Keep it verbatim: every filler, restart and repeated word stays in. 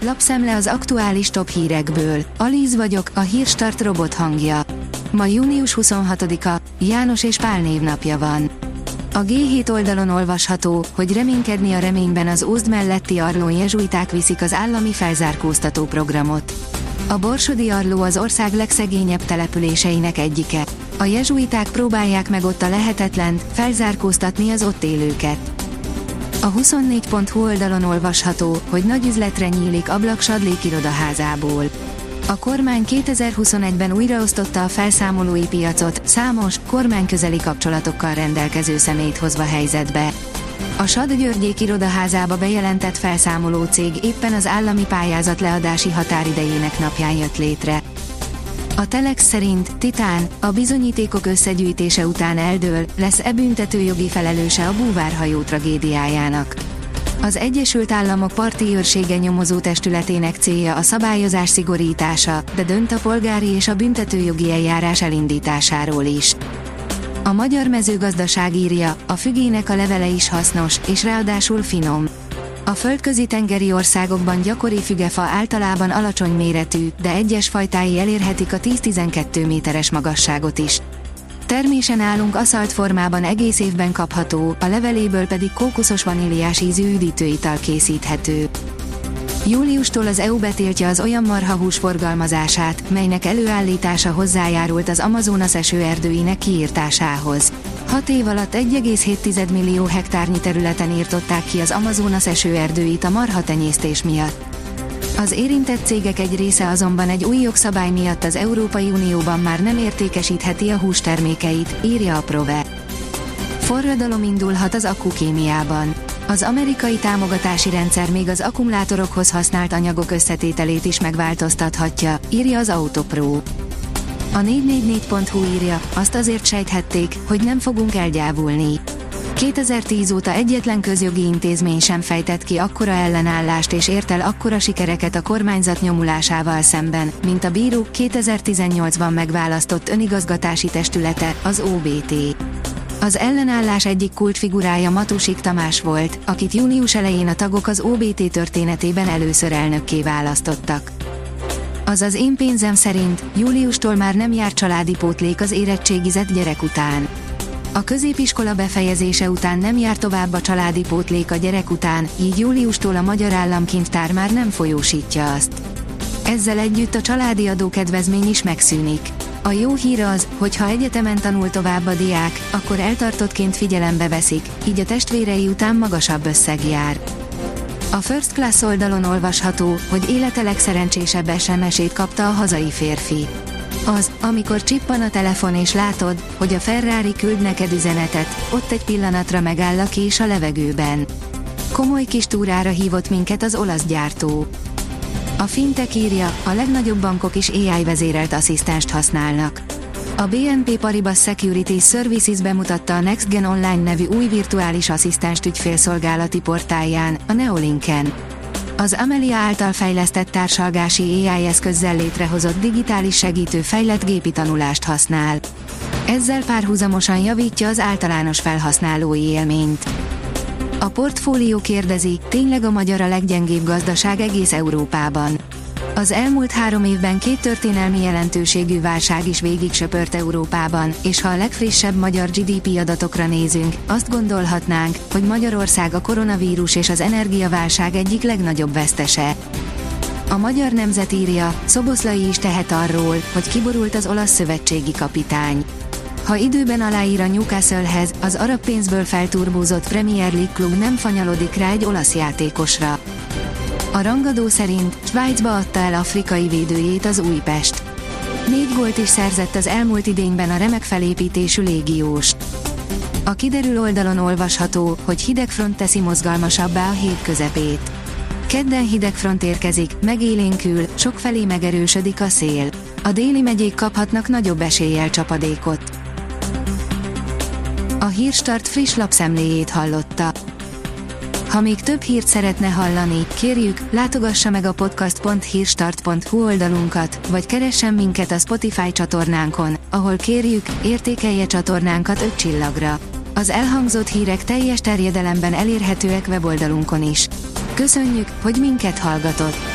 lapszemle az aktuális top hírekből. Alíz vagyok, a Hírstart robot hangja. Ma június huszonhatodika, János és Pál névnapja van. A gé hét oldalon olvasható, hogy reménykedni a reményben az Ózd melletti Arlón jezsuiták viszik az állami felzárkóztató programot. A borsodi Arló az ország legszegényebb településeinek egyike. A jezsuiták próbálják meg ott a lehetetlent, felzárkóztatni az ott élőket. A huszonnégy pont hu oldalon olvasható, hogy nagy üzletre nyílik ablak Sadlék irodaházából. A kormány kétezer-huszonegyben újraosztotta a felszámolói piacot, számos, kormányközeli kapcsolatokkal rendelkező személyt hozva helyzetbe. A Sad-Györgyék irodaházába bejelentett felszámoló cég éppen az állami pályázat leadási határidejének napján jött létre. A Telex szerint Titán, a bizonyítékok összegyűjtése után eldől, lesz-e büntetőjogi felelőse a búvárhajó tragédiájának. Az Egyesült Államok parti őrsége nyomozó testületének célja a szabályozás szigorítása, de dönt a polgári és a büntetőjogi eljárás elindításáról is. A Magyar Mezőgazdaság írja, a fügének a levele is hasznos, és ráadásul finom. A földközi tengeri országokban gyakori fügefa általában alacsony méretű, de egyes fajtái elérhetik a tíz-tizenkét méteres magasságot is. Termése nálunk aszalt formában egész évben kapható, a leveléből pedig kókuszos vaníliás ízű üdítőital készíthető. Júliustól az é u betiltja az olyan marhahús forgalmazását, melynek előállítása hozzájárult az Amazonas esőerdőinek kiirtásához. Hat év alatt egy egész hét millió hektárnyi területen írtották ki az Amazonas esőerdőit a marhatenyésztés miatt. Az érintett cégek egy része azonban egy új jogszabály miatt az Európai Unióban már nem értékesítheti a hústermékeit, írja a Prove. Forradalom indulhat az akkukémiában. Az amerikai támogatási rendszer még az akkumulátorokhoz használt anyagok összetételét is megváltoztathatja, írja az Autopro. A négy négy négy pont hu írja, azt azért sejthették, hogy nem fogunk elgyávulni. kétezer-tíz óta egyetlen közjogi intézmény sem fejtett ki akkora ellenállást és ért el akkora sikereket a kormányzat nyomulásával szemben, mint a bírók kétezer-tizennyolcban megválasztott önigazgatási testülete, az o bé té. Az ellenállás egyik kulcsfigurája Matusik Tamás volt, akit június elején a tagok az o bé té történetében először elnökké választottak. Az az én pénzem szerint júliustól már nem jár családi pótlék az érettségizett gyerek után. A középiskola befejezése után nem jár tovább a családi pótlék a gyerek után, így júliustól a Magyar Államkincstár már nem folyósítja azt. Ezzel együtt a családi adókedvezmény is megszűnik. A jó hír az, hogy ha egyetemen tanul tovább a diák, akkor eltartottként figyelembe veszik, így a testvérei után magasabb összeg jár. A First Class oldalon olvasható, hogy élete legszerencsésebb es em es-ét kapta a hazai férfi. Az, amikor csippan a telefon és látod, hogy a Ferrari küld neked üzenetet, ott egy pillanatra megáll a kés a levegőben. Komoly kis túrára hívott minket az olasz gyártó. A Fintech írja, a legnagyobb bankok is á i vezérelt asszisztenst használnak. A bé en pé Paribas Securities Services bemutatta a NextGen Online nevű új virtuális asszisztenst ügyfélszolgálati portálján, a Neolinken. Az Amelia által fejlesztett társalgási á i eszközzel létrehozott digitális segítő fejlett gépi tanulást használ. Ezzel párhuzamosan javítja az általános felhasználói élményt. A Portfólió kérdezi, tényleg a magyar a leggyengébb gazdaság egész Európában. Az elmúlt három évben két történelmi jelentőségű válság is végig söpört Európában, és ha a legfrissebb magyar gé dé pé adatokra nézünk, azt gondolhatnánk, hogy Magyarország a koronavírus és az energiaválság egyik legnagyobb vesztese. A Magyar Nemzet írja, Szoboszlai is tehet arról, hogy kiborult az olasz szövetségi kapitány. Ha időben aláír a Newcastlehez, az arab pénzből felturbózott Premier League klub nem fanyalodik rá egy olasz játékosra. A rangadó szerint Svájcba adta el afrikai védőjét az Újpest. Négy gólt is szerzett az elmúlt idényben a remek felépítésű légiós. A Kiderül oldalon olvasható, hogy hidegfront teszi mozgalmasabbá a hét közepét. Kedden hidegfront érkezik, megélénkül, sokfelé megerősödik a szél. A déli megyék kaphatnak nagyobb eséllyel csapadékot. A Hírstart friss lapszemléjét hallotta. Ha még több hírt szeretne hallani, kérjük, látogassa meg a podcast pont hírstart pont hu oldalunkat, vagy keressen minket a Spotify csatornánkon, ahol kérjük, értékelje csatornánkat öt csillagra. Az elhangzott hírek teljes terjedelemben elérhetőek weboldalunkon is. Köszönjük, hogy minket hallgatott!